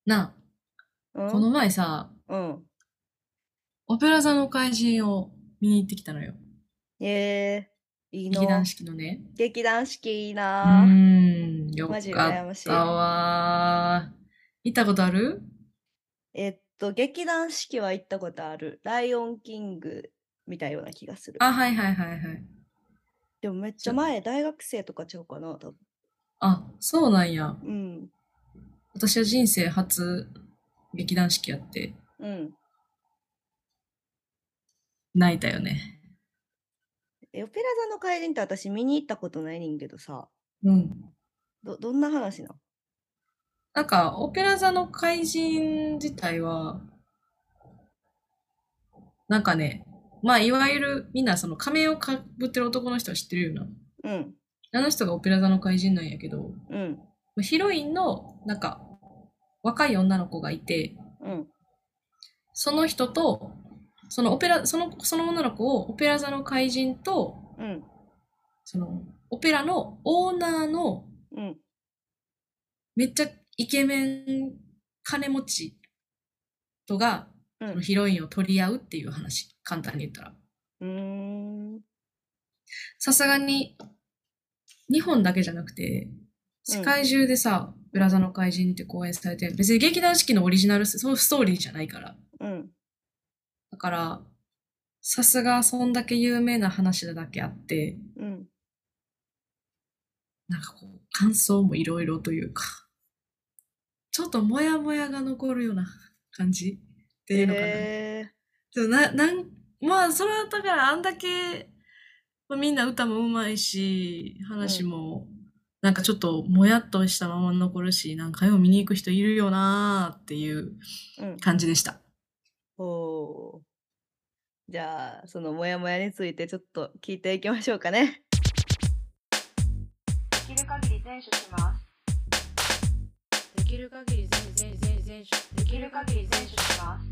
なあ、このうん。 前さ、 うん。 オペラ座の怪人を見に行ってきたのよ。 ええいい劇団の。 四季のね。 劇団四季いいうな。 ーん、よマジかった羨ましい。 わー。行ったことある？ 劇団四季は行ったことある。ライオンキング見たような気がする。 あ、はいはいはいはい。 でもめっちゃそ前、大学生とかちゃうかな、多分。 あ、そうなんや。 うん。 私は人生初劇団四季やって、 うん。 泣いたよね。 オペラ座の怪人って私見に行ったことないねんけどさ、 うん。 どんな話なの？ なんか、オペラ座の怪人自体は、なんかね、まあ、いわゆるみんなその仮面をかぶってる男の人は知ってるよな。 うん。 あの人がオペラ座の怪人なんやけど、 うん。 ヒロインの、なんか、若い女の子がいて、 うん。 その人と、そのオペラ、その女の子をオペラ座の怪人と、 うん。 その、オペラのオーナーのうん。 めっちゃイケメン金持ちとが、 うん。 そのヒロインを取り合うっていう話。簡単に言ったら。 うーん。 さすがに、日本だけじゃなくて、 うん。 世界中でさ、オペラ座の怪人って公演されてる。別に劇団四季のオリジナルス、そうストーリーじゃないから。 うん。 だから、さすがそんだけ有名な話なだけあって、 うん。 なんかこう、感想もいろいろというか、ちょっとモヤモヤが残るような感じっていうのかな。 えでもまあ、それはだからあんだけ、まあ、みんな歌も上手いし、 うん。 話も、なんかちょっともやっとしたまま残るし、なんかよう見に行く人いるよなーっていううん。 感じでした。 おー。じゃあ、そのモヤモヤについてちょっと聞いていきましょうかね。 できる限り善処します。できる限り善処。できる限り善処しま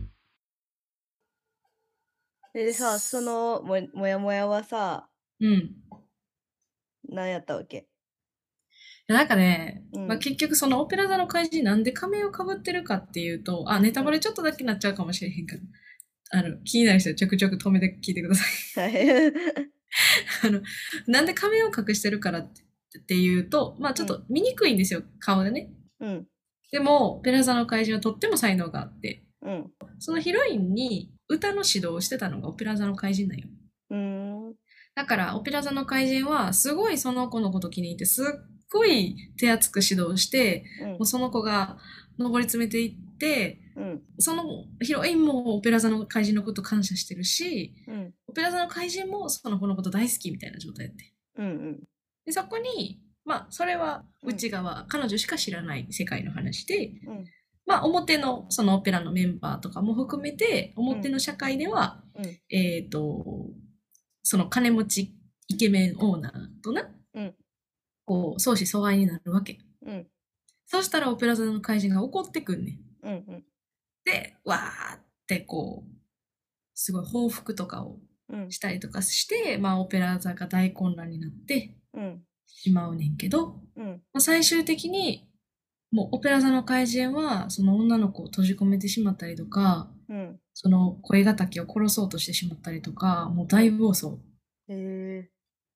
でさ、そす。 のもやもやはさ、 うん。 何やったわけ？ なんかね、まあ、 うん。 結局そのオペラ座の怪人なんで仮面をかぶってるかっていうと、あ、ネタうん。 バレちょっとだけなっちゃうかもしれへんから。気になる人はちょくちょく止めて聞いてください。 はい。 あの、なんで仮面を隠してるからっていうと、まあちょっとうん。 見にくいんですよ、顔でね。 うん。 でも、オペラ座の怪人はとっても才能があって、 うん。 そのヒロインに歌の指導をしてたのがオペラ座の怪人なんよ。 うーん。 だから、オペラ座の怪人は、すごいその子のこと気に入って、すっごい手厚く指導して、 うん。 もうその子が上り詰めていって、 うん。 そのヒロインもオペラ座の怪人のこと感謝してるし、 うん。 オペラ座の怪人もその子のこと大好きみたいな状態やって。 うん。 で、そこに、まあ、それはうん。 内側、彼女しか知らない世界の話で、 うん。 まあ、表のそのオペラのメンバーとかも含めて、 うん。 表の社会では、 うん。 えっ、と、その金持ちイケメンオーナーとな、 うん。 こう、相思相愛になるわけ。 うん。 そしたらオペラ座の怪人が怒ってくんねん。 うん。 で、わーってこう、すごい報復とかをうん。 したりとかして、まあ、オペラ座が大混乱になってうん。 しまうねんけど、 うん。 まあ、最終的に、もうオペラ座の怪人は、その女の子を閉じ込めてしまったりとか、 うん。 その声敵を殺そうとしてしまったりとか、もううん。 大暴走。 へえ。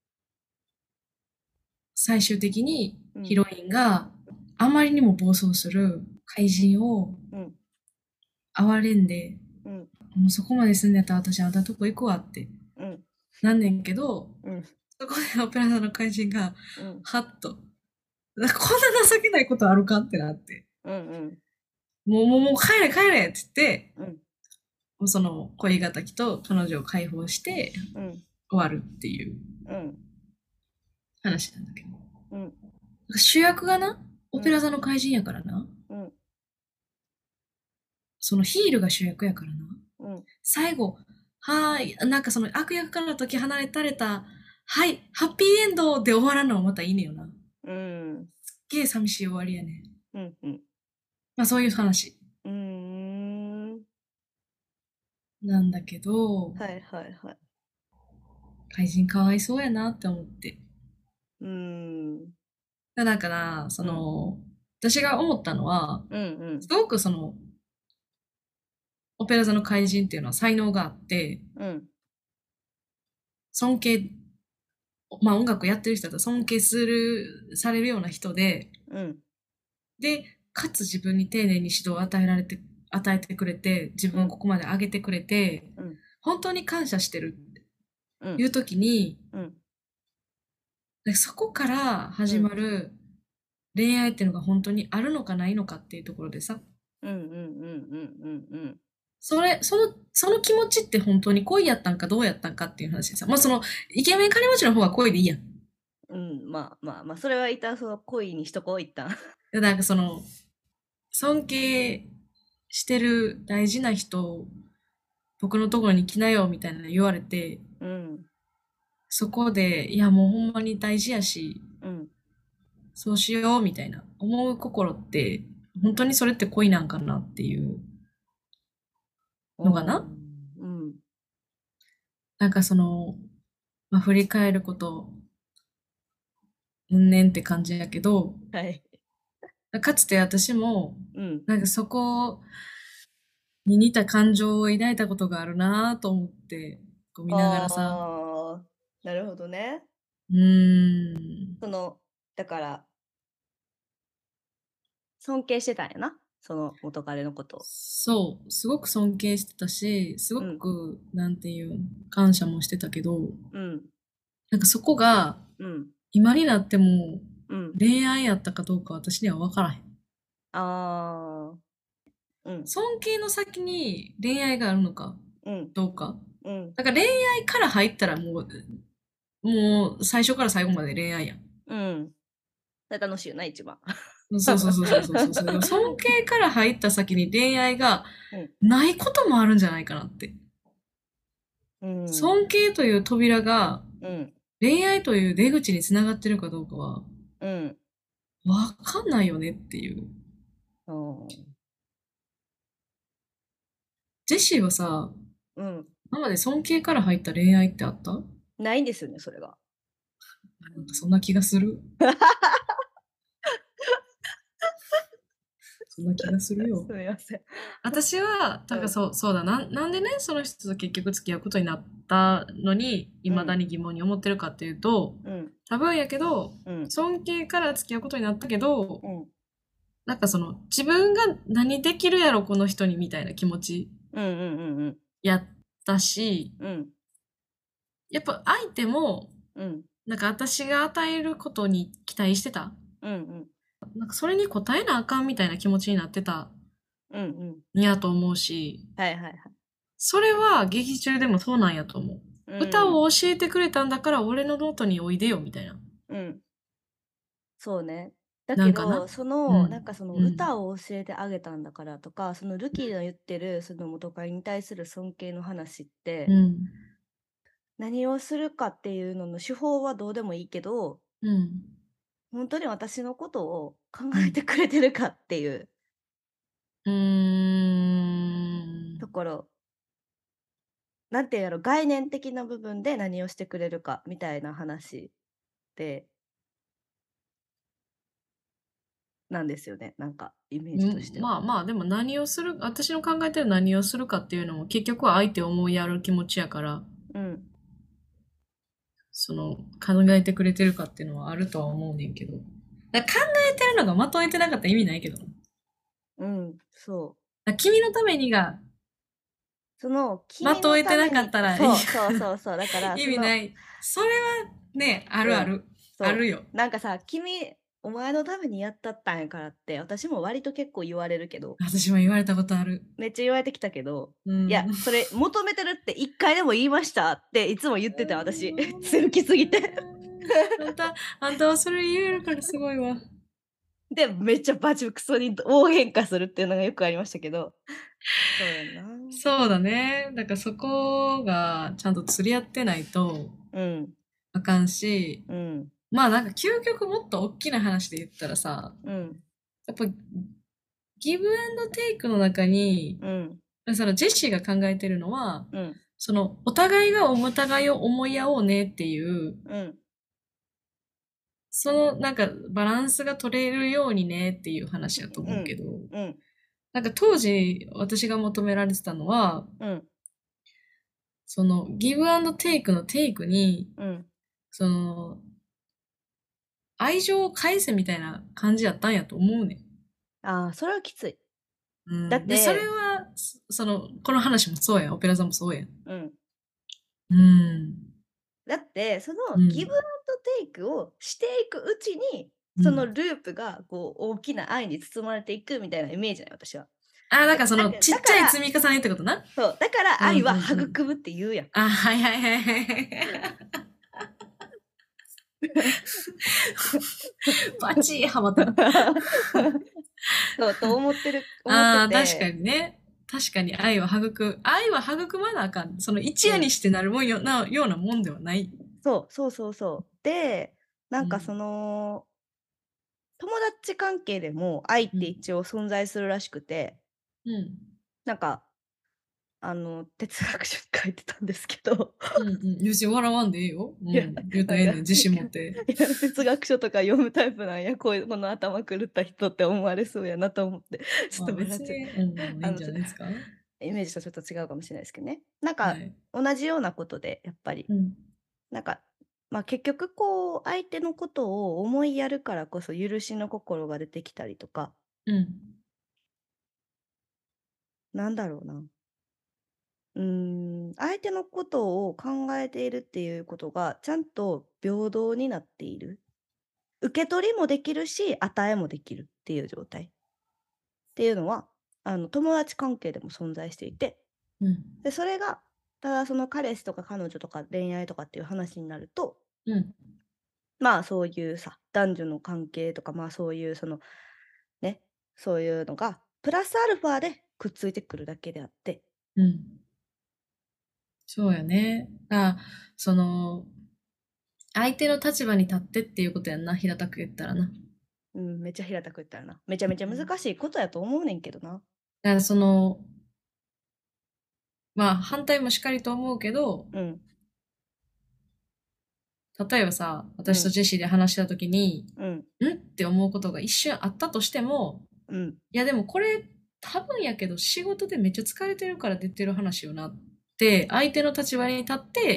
最終的にうん。 ヒロインがあまりにも暴走する怪人をうん。 憐れんで、 うん。 もうそこまで住んでたら私あんたとこ行くわってうん。 なんねんけど、 うん。 そこでオペラ座の怪人が、 うん。 はっと、こんな情けないことあるかってなって、 うん。 もう帰れ帰れって言って、 うん。 その恋敵と彼女を解放してうん。 終わるっていううん。 話なんだけど。 うん。 主役がな、オうん。 ペラ座の怪人やからな、 うん。 そのヒールが主役やからな、 うん。 最後、はーい、なんかその悪役から解き離れたれた、はい、ハッピーエンドで終わらんのはまたいいねよな。 うん。 すっげえ寂しい終わりやね。 うん。うん。 まあそういう話うーん。 なんだけど、 はいはいはい。 怪人かわいそうやなって思って。 うーん。 なんかな、そうん。 の、 私が思ったのは、 うんすごくその、オペラ座の怪人っていうのは才能があって、 うん。 尊敬、まあ音楽やってる人だと尊敬されるような人で、 うん。 で、かつ自分に丁寧に指導を与えてくれて、自分をこうん。 こまで上げてくれて、 うん。 本当に感謝してるってうん。 いう時に、 うん。 でそこから始まうん。 る恋愛っていうのが本当にあるのかないのかっていうところでさ、 うん。うん。うん。うん。うん。 その気持ちって本当に恋やったんかどうやったんかっていう話でさ、まあその、イケメン金持ちの方が恋でいいやん。 うん。まあまあまあ、それは一旦その恋にしとこう、一旦。 でなんかその、尊敬してる大事な人、僕のところに来なよみたいなの言われて、 うん。 そこで、いやもうほんまに大事やし、 うん。 そうしようみたいな思う心って、本当にそれって恋なんかなっていうのかおー。 な。 うん。 なんかその、まあ、振り返ること、うんねんって感じやけど、 はい。 かつて私も、 うん。 なんかそこに似た感情を抱いたことがあるなぁと思って、こう見ながらさ、 ああ、なるほどね。 うーん、 その、だから、尊敬してたんやな。その元彼のことを。 そう、すごく尊敬してたし、すごうん。 く、なんていう、感謝もしてたけど、 うん。 なんかそこが、 うん。 今になってもうん。 恋愛やったかどうか私には分からへん。 ああ、うん。 尊敬の先に恋愛があるのかうん。 どうか。 うん。 だから恋愛から入ったらもう最初から最後まで恋愛やん。 うん。それ楽しいよな、一番。 そうそうそうそうそうそう。でも尊敬から入った先に恋愛がうん。 ないこともあるんじゃないかなって。 うん。 尊敬という扉がうん。 恋愛という出口につながってるかどうかはうん。 わかんないよねっていう。 うん。 ジェシーはさ、 うん。 今まで尊敬から入った恋愛ってあった？ ないんですよね、それが。 なんかそんな気がする。そんな気がするよ。 すみません。 私は、 うん。 そうだなんでね、その人と結局付き合うことになったのに、未だうん。 に疑問に思ってるかっていうと、 うん。 多分やけど、 うん。 尊敬から付き合うことになったけど、 うん。 なんかその、自分が何できるやろ、この人に、みたいな気持ちうん。うん。うん。 やったし、 うん。 やっぱ相手も、 うん。 なんか私が与えることに期待してた。 うん。 なんかそれに応えなあかんみたいな気持ちになってたうん。うん。 んやと思うし、 はいはいはい。 それは劇中でもそうなんやと思う。 うん。 歌を教えてくれたんだから俺のノートにおいでよみたいな。 うん。そうね。だなんかな。 けど、なんうん。 かそのうん。 歌を教えてあげたんだからとか、そのルキーの言ってるその元彼に対する尊敬の話って、 うん。 何をするかっていうのの手法はどうでもいいけど、 うん。 本当に私のことを考うん。 えてくれてるかっていううーん。 ところ、なんていうやろ、概念的な部分で何をしてくれるかみたいな話で、なんですよね。なんかイメージとしては。 まあまあ、でも私の考えてる何をするかっていうのも結局は相手を思いやる気持ちやから、 うん。 その考えてくれてるかっていうのはあるとは思うねんけど。だから考えてるのがまとえてなかったら意味ないけど。だかうん、そう。 ら君のためにがそのま君のとえてなために、 かったら意そうそうそうそう。だから味ない。それはね、あるうん、 ある。あそるよ。 う。なんかさ、お前のためにやったったんやからって、私も割と結構言われるけど、 私も言われたことある。 めっちゃ言われてきたけど、 うん。 いや、それ求めてるって一回でも言いましたっていつも言ってて、私。強気すぎて。 あんたはそれ言えるからすごいわ。 で、めっちゃバチクソに大喧嘩するっていうのがよくありましたけど、そうやな。 そうだね。だからそこがちゃんと釣り合ってないとうん、 あかんし、 うん、 まあなんか究極もっと大きな話で言ったらさ、 うん、 やっぱギブアンドテイクの中に、 うん、 そのジェシーが考えてるのは、 うん、 そのお互いがお互いを思い合おうねっていう、 うん、 そのなんかバランスが取れるようにねっていう話だと思うけど、 うん。 なんか当時私が求められてたのは、 うん。 そのギブアンドテイクのテイクに、 うん。 その愛情を返せみたいな感じやったんやと思うねん。 ああ、それはきつい。だっうん。で、それて、 は、この話もそうやん。オペラ座もそうやん。 うん。 うん。 だって、そうん。 のギブアンドテイクをしていくうちに、 うん。 そのループがこう大きな愛に包まれていくみたいなイメージじゃない、私は。 あ、だだからそのちっちゃいだから、 積み重ねってことな。 そう、だからうんうん愛はうん。 育むって言うやん。 あ、はいはいはいはいはい。バチーハマったな。 そうと思ってああ、確かて、 にね。確かに愛は育まなあかん。その一夜にしてなるようなもんではない。 そう。で、なんかそうん。 の、友達関係でも愛ってうん。 一応存在するらしくて、 うん。 なんか、哲学書に書いてたんですけど、 うんうん。別に笑わんでええよ。ういや、 ん。言うたなんか、 らええねん。自信持って。 いや、哲学書とか読むタイプなんや、この頭狂った人って思われそうやなと思って、ちょっまあと笑っちゃう。 別に、うん、いいんじゃちょっとないですか。 イメージとちょっと違うかもしれないですけどね。なんか、 はい。 同じようなことで、やっぱり、 うん。 なんか、結局こう、相手のことを思いやるからこそ許しの心が出てきたりとか、 うん。 なんだろうな。相手のことを考えているっていうことが、ちゃんと平等になっている。受け取りもできるし、与えもできるっていう状態っていうのは、友達関係でも存在していて、 うん。 で、それが、ただその彼氏とか彼女とか恋愛とかっていう話になると、 うん。 そういうさ、男女の関係とか、そういうね、そういうのが、プラスアルファでくっついてくるだけであって、 うん。そうやね。その、相手の立場に立ってっていうことやんな。平たく言ったらな。 めっちゃ平たく言ったらな。めちゃめちゃ難しいことやと思うねんけどな。 だからまあ反対もしかりと思うけど、 うん、 例えばさ、私とうん、 ジェシーで話したときに、 うん、 って思うことが一瞬あったとしても、 うん、 いやでもこれ多分やけど仕事でめっちゃ疲れてるから出てる話よなって、相手の立場に立って、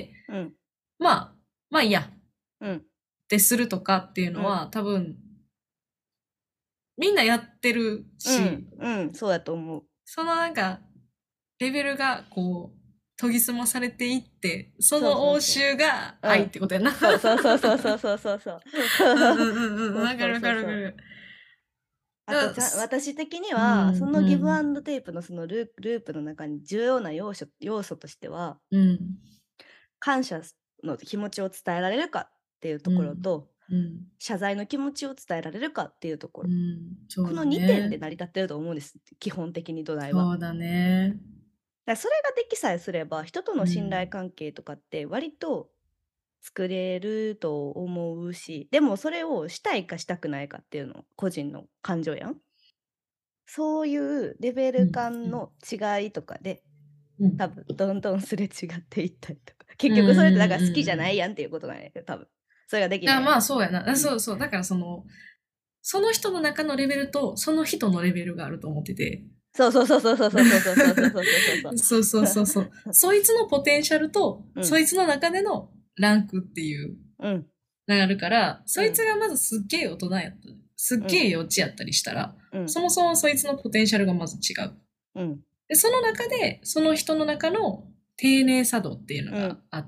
うん、 まあ、まあいいやうん、 ってするとかっていううん、 のは多分みんなやってるし、 そうやと思う。 そのなんかレベルがこう研ぎ澄まされていって、そそうの応そうそう。 酬がうん。 愛ってことやな。 そう。 うんうんうんうん。 そうそうわかるわそうそう。 かるわかる。 あと、私的には、そうん、 のギブアうん、 ンドテープのそのループの中に重要な要素としては、 うん、 感謝の気持ちを伝えられるかっていうところうん、 と、 うん、 謝罪の気持ちを伝えられるかっていうところ。 うん、そうだこの2点ね。 で成り立ってると思うんです。基本的に土台は。 そうだね。 それができさえすれば、人との信うん、 頼関係とかって割と作れると思うし、でもそれをしたいかしたくないかっていうの、個人の感情やん。そういうレベルうん、 感の違いとかで、 うん、 多分どんどんすれ違っていったりとか。 うん、 結局それってだから好きじゃないうん。 やんっていうことなんやけど、多分。それができないやん。 まあそうやな。 うん。 そうそう。だからその人の中のレベルと、その人のレベルがあると思ってて。 そうそうそうそうそうそうそうそうそうそうそうそう。 そうそうそうそう。そいつのポテンシャルと、 うん、 そいつの中でのランクっていううん、 のがあるから、そいつうん、 がまずすっげえ大人やった。すっうん、 げえ幼稚やったりしたら、 うん、 そもそもそいつのポテンシャルがまず違う。 うん、 で、その中で、その人の中の丁寧さ度っていうのうん、 があって、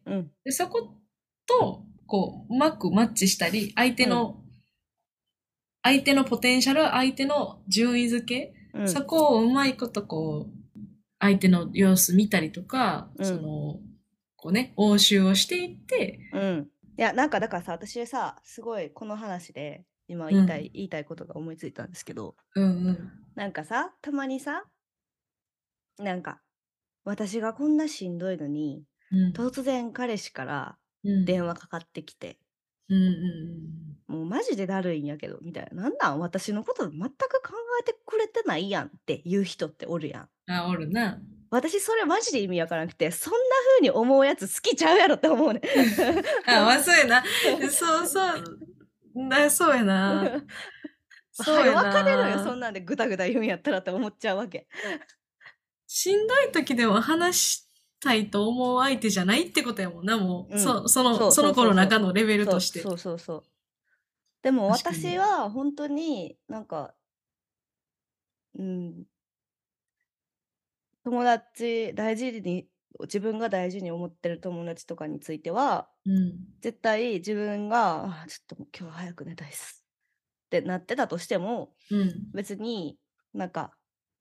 うん、 で、そこと、こう、うまくマッチしたり、 うん、 相手のポテンシャル、相手の順位付け、 うん、 そこをうまいことこう、相手の様子見たりとか、 うん、 こうね、応酬をしていって、 うん。いや、なんかだからさ、私さ、すごいこの話で今うん、 言いたいことが思いついたんですけど、 うん、 なんかさ、たまにさ、なんか、私がこんなしんどいのに、 うん、 突然彼氏からうん、 電話かかってきて、 うん、うん、 もうマジでだるいんやけど、みたいな。なんなん私のこと全く考えてくれてないやんって言う人っておるやん。 あ、おるな。 私それマジで意味わからなくて、そんな風に思うやつ好きちゃうやろって思うね。 あ、まあ、そうやな。そうそう。 そうやな。そうやはよ別れろよ、そんな。 なんでぐだぐだ言うんやったらって思っちゃうわけ。 しんどい時でも話したいと思う相手じゃないってことやもんな、もう。 うん。そうその子のそうそうそう。 中のレベルとして。 そうそうそうそう。でも確かに。 私は本当になんか、うん、友達大事に自分が大事に思ってる友達とかについては、 うん。 絶対自分が、ちょっともう今日は早く寝たいっすってなってたとしても、 うん。 別になんか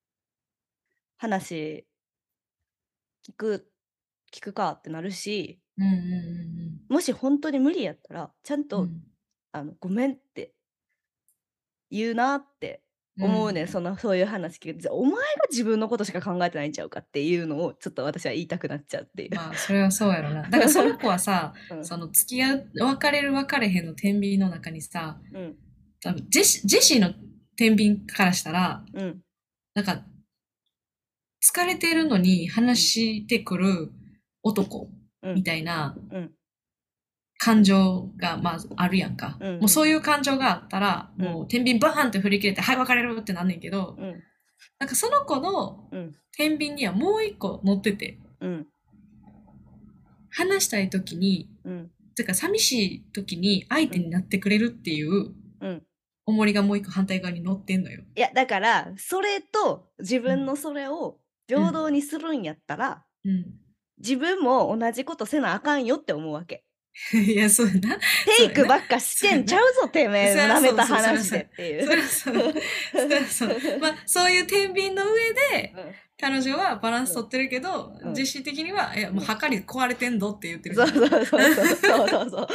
話聞く聞くかってなるし、 うんうんうんもし本当に無理やったら、ちゃんうん。うとん。 ごめんって言うなってうん。 思うねん。そういう話聞いて、お前が自分のことしか考えてないんちゃうかっていうのを、ちょっと私は言いたくなっちゃうっていう。 まあ、それはそうやろな。だからその子はさ、 うん、 その付き合う、別れる別れへんの天秤の中にさ、 うん、 多分ジェシーの天秤からしたら、 うん、 なんか疲れてるのにうん、 話してくる男みうん、 たいなうん、 感情がまずあるやんか。 うん、 もううん、 そういう感情があったら、 うん、 もう天秤バーンって振り切れて、はい、別れるってなんねんけど、 うん、 なんかその子のうん、 天秤にはもう一個乗ってて、 うん、 話したい時に、 うん、 てか寂しい時に相うん、 手になってくれるっていううん。 重りがもう一個反対側に乗ってんのよ。 いや、だから、それと自うん。 分のそれをうん。 平等にするんやったら、 うん。 自分も同じことせなあかんよって思うわけ。 いや、そうやな。 テイそうやな。 クばっかしてんちゃそうやな。 うぞ、てめえ、 そりゃ舐めたそうそう、そりゃ話でそう。 っていう。 そりゃそう。そりゃそう。まあ、そういう天秤の上で、 うん、 彼女はバランスうん、 取ってるけど、 うん、 実質的には、いや、もう、 うん。 はかり壊れてんどって言ってるそうしな。 そうそうそうそうそうそう。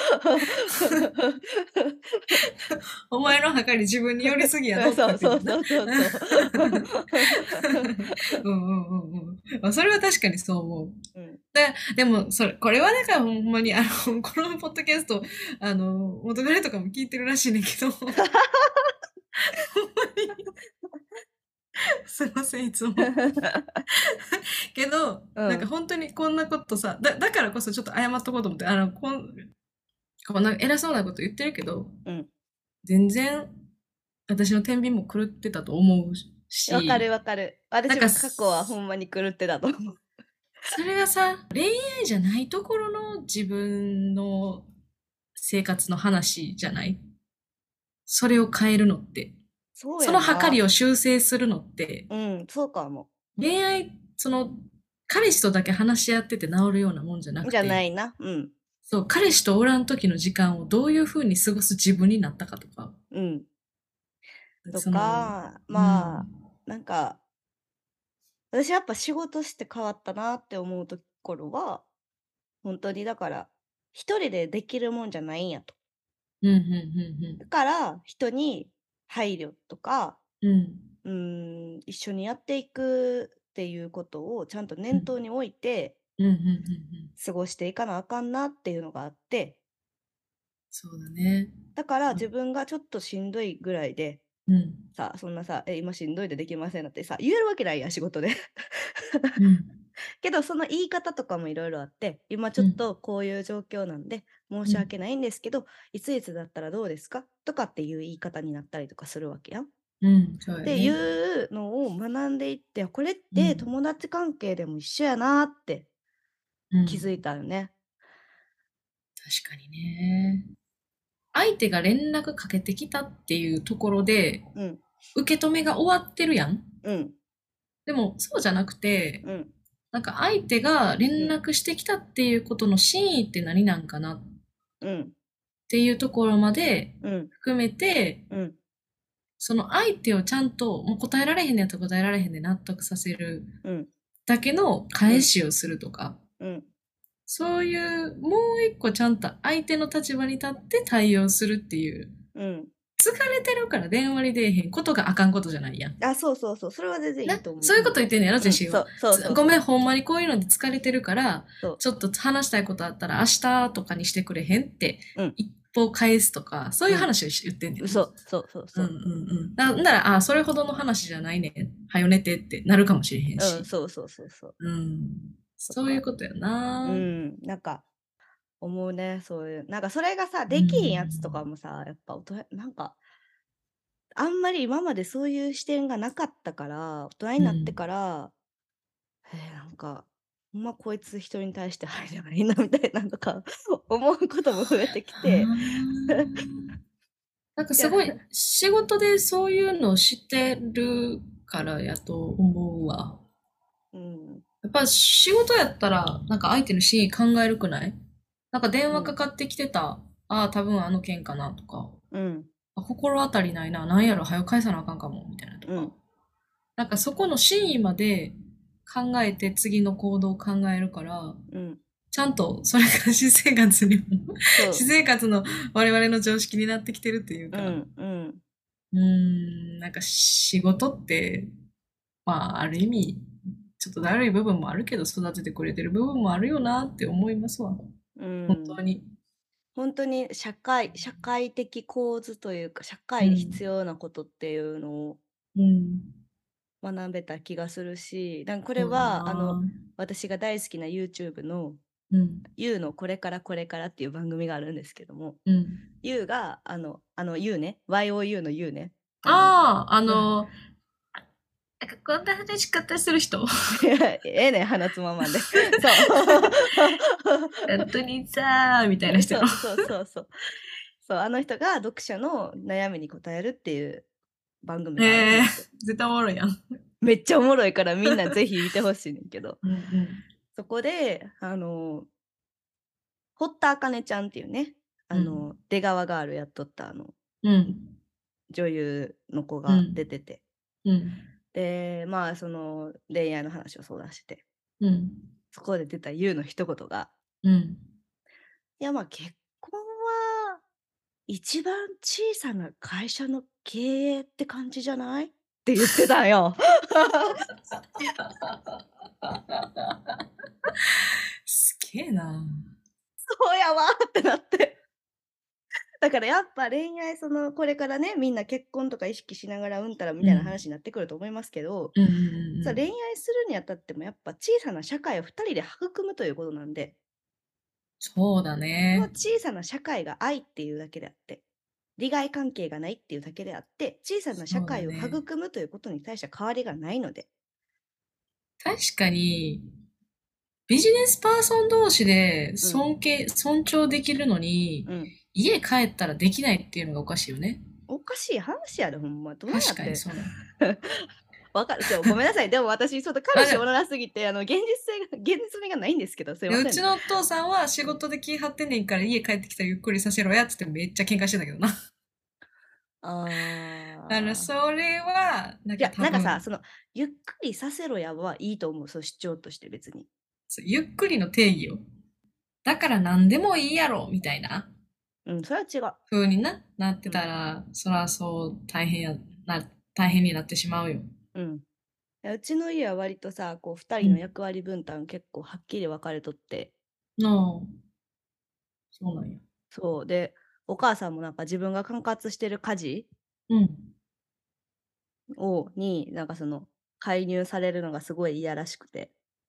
お前のはかり自分に寄りすぎやどってそうそう言ってるもんな。 そうそうそう。 うんうんうんうん。まあ、それは確かにそう思う。 うん。 でも、これはだからほんまに、このポッドキャスト、元彼とかも聞いてるらしいねんけど、ほんまに、すいません、いつも。けど、なんかうん。 本当にこんなことさ、だからこそちょっと謝っとこうと思って、こんな偉そうなこと言ってるけど、 うん。 全然、私の天秤も狂ってたと思うわかるし、 わかる。 なんか、 私も過去はほんまに狂ってたと思う。 それがさ、恋愛じゃないところの自分の生活の話じゃない？それを変えるのって。 そうその計やな。 りを修正するのって、 うん、そうかも。 恋愛、彼氏とだけ話し合ってて治るようなもんじゃなくじゃなて、 いな。うん。 そう、彼氏とおらん時の時間をどういう風に過ごす自分になったかとか、 うん。とその、 か、 うん、 なんか、私やっぱ仕事して変わったなって思うところは、本当にだから、一人でできるもんじゃないんやと。 うん、うん、 だから、人に配慮とか、 うん、うん、 一緒にやっていくっていうことをちゃんとうん、 念頭に置いてうん、うん、うん、うん。 過ごしていかなあかんなっていうのがあって、 そうだね。 だから自分がちょっとしんどいぐらいで、 うん、 さ、そんなさ、今しんどいでできません」ってさ、言えるわけないやん、仕事で。 うん、 けど、その言い方とかもいろいろあって、今ちょっうん、 とこういう状況なんで、申うん、 し訳ないんですけど、いついつだったらどうですかとかっていう言い方になったりとかするわけやん。っうん、そうやていね。 うのを学んでいって、これっうん、 て友達関係でも一緒やなってうん。 気づいたよね。 確かにね。相手が連絡かけてきたっていうところで、 うん、 受け止めが終わってるやん。 うん、 でも、そうじゃなくて、 うん、 なんか相手が連うん、 絡してきたっていうことの真意って何なんかなっうん、 ていうところまでうん、 含めて、 うん、 その相手をちゃんと、もう答えられへんねやったら答えられへんで納得させるうん、 だけのうん、 返しをするとか、 うん、 そういうもう一個ちゃんと相手の立場に立って対応するっていう、 うん。 疲れてるから電話に出えへんことがあかんことじゃないやん。 あ、そうそうそう、それは全然いいと思う、 そういうこと言っほんと。 てんねやろ、 うん、 ジェシーは。 そう、そうそうそう。 ごめん、ほんまにこういうので疲れてるから、 そう。 ちょっと話したいことあったら明日とかにしてくれへんって、 うん、 一方返すとか、そういううん。 話を言ってんねんな。 そうそうそううんうそう。 んうん。なら、それほどの話じゃないねん。はよ寝てってなるかもしれへんうん、 し。 そうそうそうそう。 うん。 とか、 そういうことやな。 うん、なんか、 思うね、そういう。なんかそれがさ、 うできひんやつとかん。 もさ、やっぱなんか、あんまり今までそういう視点がなかったから、大人になってうん。 から、なんか、ほんまこいつ人に対して配慮がいいなみたいなのとか思うことも増えてきはて、 あ。なんかいや、 すごい、仕事でそういうのを知ってるからやと思うわ。 うん、 やっぱ仕事やったら、なんか相手の真意考えるくない？なんか電うん、 話かかってきてた。ああ、多分あの件かなとか。 うん、 あ、心当たりないな。なんやろ、早く返さなあかんかも。みたいなとか。 うん、 なんかそこの真意まで考えて次の行動を考えるから、 うん、 ちゃんとそれが私生活にも私そう、 生活の我々の常識になってきてるっていうか、 うん、うん、 なんか仕事って、まあ、ある意味、ちょっとだるい部分もあるけど、育ててくれてる部分もあるよなって思いますわ。 う本ん。 当に。 本当に社会的構図というか、社会でうん。 必要なことっていうのをうん。 学べた気がするし、なんかこれそうやは、 な。 私が大好きな YouTube のうん。 ゆうのこれからこれからっていう番組があるんですけども、 うん。 ゆうが、ゆうね、YOU のゆうね、 ああ、 まあ、 なんかこんな話し方する人ええねん、鼻つままんで。そう。 本当にさー、みたいな人やろ。 そうそうそうそう。そう、あの人が読者の悩みに答えるっていう番組があるんええー、 ですよ。 絶対おもろいやん。 めっちゃおもろいからみんなぜひ見てほしいねんけど、 うんうん。 そこで、堀田茜ちゃんっていうね、 うん。 出川ガールやっとったうん。 女優の子がうん。 出てて、 うん。 で、まあ、その恋愛の話を相談してて、 うん。 そこで出た優の一言が、 うん。 いや、まあ、結婚は一番小さな会社の経営って感じじゃない？って言ってたんよ。 すげえな。 そうやわってなって。だからやっぱ恋愛、これからね、みんな結婚とか意識しながらうんたらみうん。 たいな話になってくると思いますけど、 うんうんうん恋愛するにあたってもやっぱ小さな社会を2人で育むということなんで、 そうだそのね。 小さな社会が愛っていうだけであって、利害関係がないっていうだけであって、小さな社そうだ会をね。 育むということに対しては変わりがないので。 確かに、ビジネスパーソン同士でうん、 尊重できるのに、 うん。 家帰ったらできないっていうのがおかしいよね。 おかしい話やで、ほんま。どないや確かにって。 そうだよ。 わかる。ごめんなさい。でも私、ちょっと彼あ、で、 氏おらなすぎて、現実味がないんですけど、すいでうませんね。 ちのお父さんは仕事で気張ってんねんから家帰ってきたらゆっくりさせろやっつってめっちゃ喧嘩してたけどな。 ああ。 それは、なんかいや、なんかさ、 多分、 ゆっくりさせろやはいいと思う。主張として別に。 ゆっくりの定義を。だから何でもいいやろ、みたいなうん、それは違う。 風になってうん、 たら、そらそう大変になってしまうよ。 うん。うちの家は割とさ、二うん。 人の役割分担結構はっきり分かれとって、 の、そうなんや。 そう。で、お母さんもなんか自分が管轄してる家事うん。 なんか介入されるのがすごい嫌らしくて、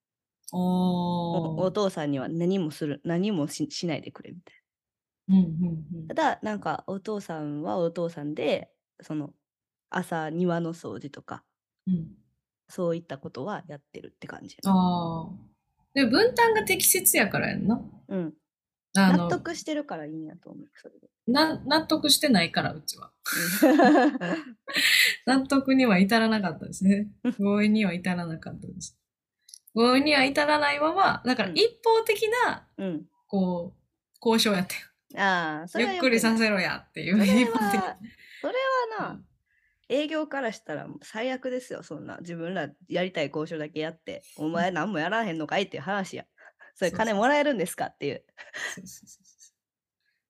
おおー。 父さんには何もしないでくれみたいうん、うん、うな。 ん。 ただ、なんかお父さんはお父さんで、その、朝庭の掃除とか、 うん。 そういったことはやってるって感じやな。 ああ。で、分担が適切やからやんな。 うん。納あの、 得してるからいいんやと思う、それで。 納得してないから、うちは。 うん。 納得には至らなかったですね。合意には至らなかったです。合意には至らないまま、だからうん。 一方的な、 うん。 こう、交渉やってああ、それはゆっくり良くない。 させろやっていうそれ一方的。 は、それはな、 うん。 営業からしたらもう最悪ですよ、そんな。自分らやりたい交渉だけやって、お前何もやらへんのかいっていう話や。それそうそうそう。 金もらえるんですかっていう。 そうそうそうそう。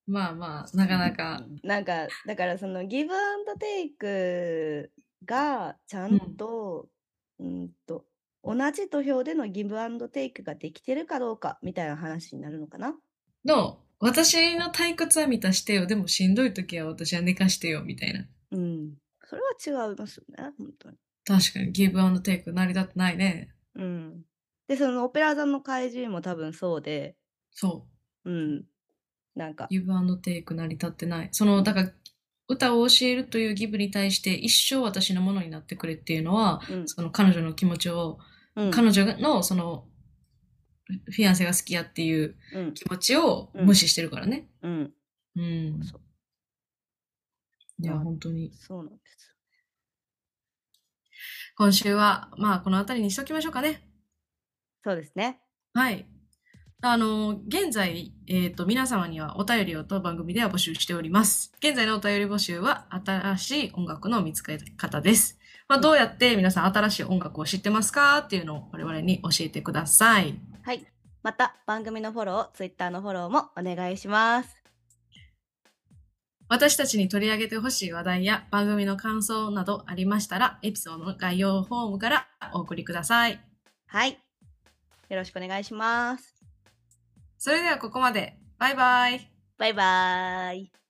まあまあ、なかなか。 なんか、だからそのギブアンドテイクがちゃんうん。 と、うんと、同じ土俵でのギブアンドテイクができてるかどうかみたいな話になるのかな。 私の退屈は満たしてよ。でもしんどい時は私は寝かしてよ。みたいな。 うん。それは違いますよね、本当に。 確かにギブアンドテイク成り立ってないね。 うん。で、そのオペラ座の怪人も多分そうで、 そうん。 なんか。 ギブアンドテイク成り立ってない。だから、歌を教えるというギブに対して一生私のものになってくれっていうのは、 うん。 その彼女の気持ちを、 うん。 彼女のその、フィアンセが好きやっていううん。 気持ちを無視してるからね。 うん。 うん。 そう。 いや、 まあ、 本当に。 そうなんです。 今週は、まあ、この辺りにしときましょうかね。 そうですね。 はい。現在、皆様にはお便りを当番組では募集しております。現在のお便り募集は、新しい音楽の見つけ方です。まあ、どうやって皆さん新しい音楽を知ってますかっていうのを我々に教えてください。 はい。また、番組のフォロー、Twitter のフォローもお願いします。 私たちに取り上げてほしい話題や番組の感想などありましたら、エピソードの概要フォームからお送りください。 はい。よろしくお願いします。 それではここまで。バイバイ。 バイバーイ。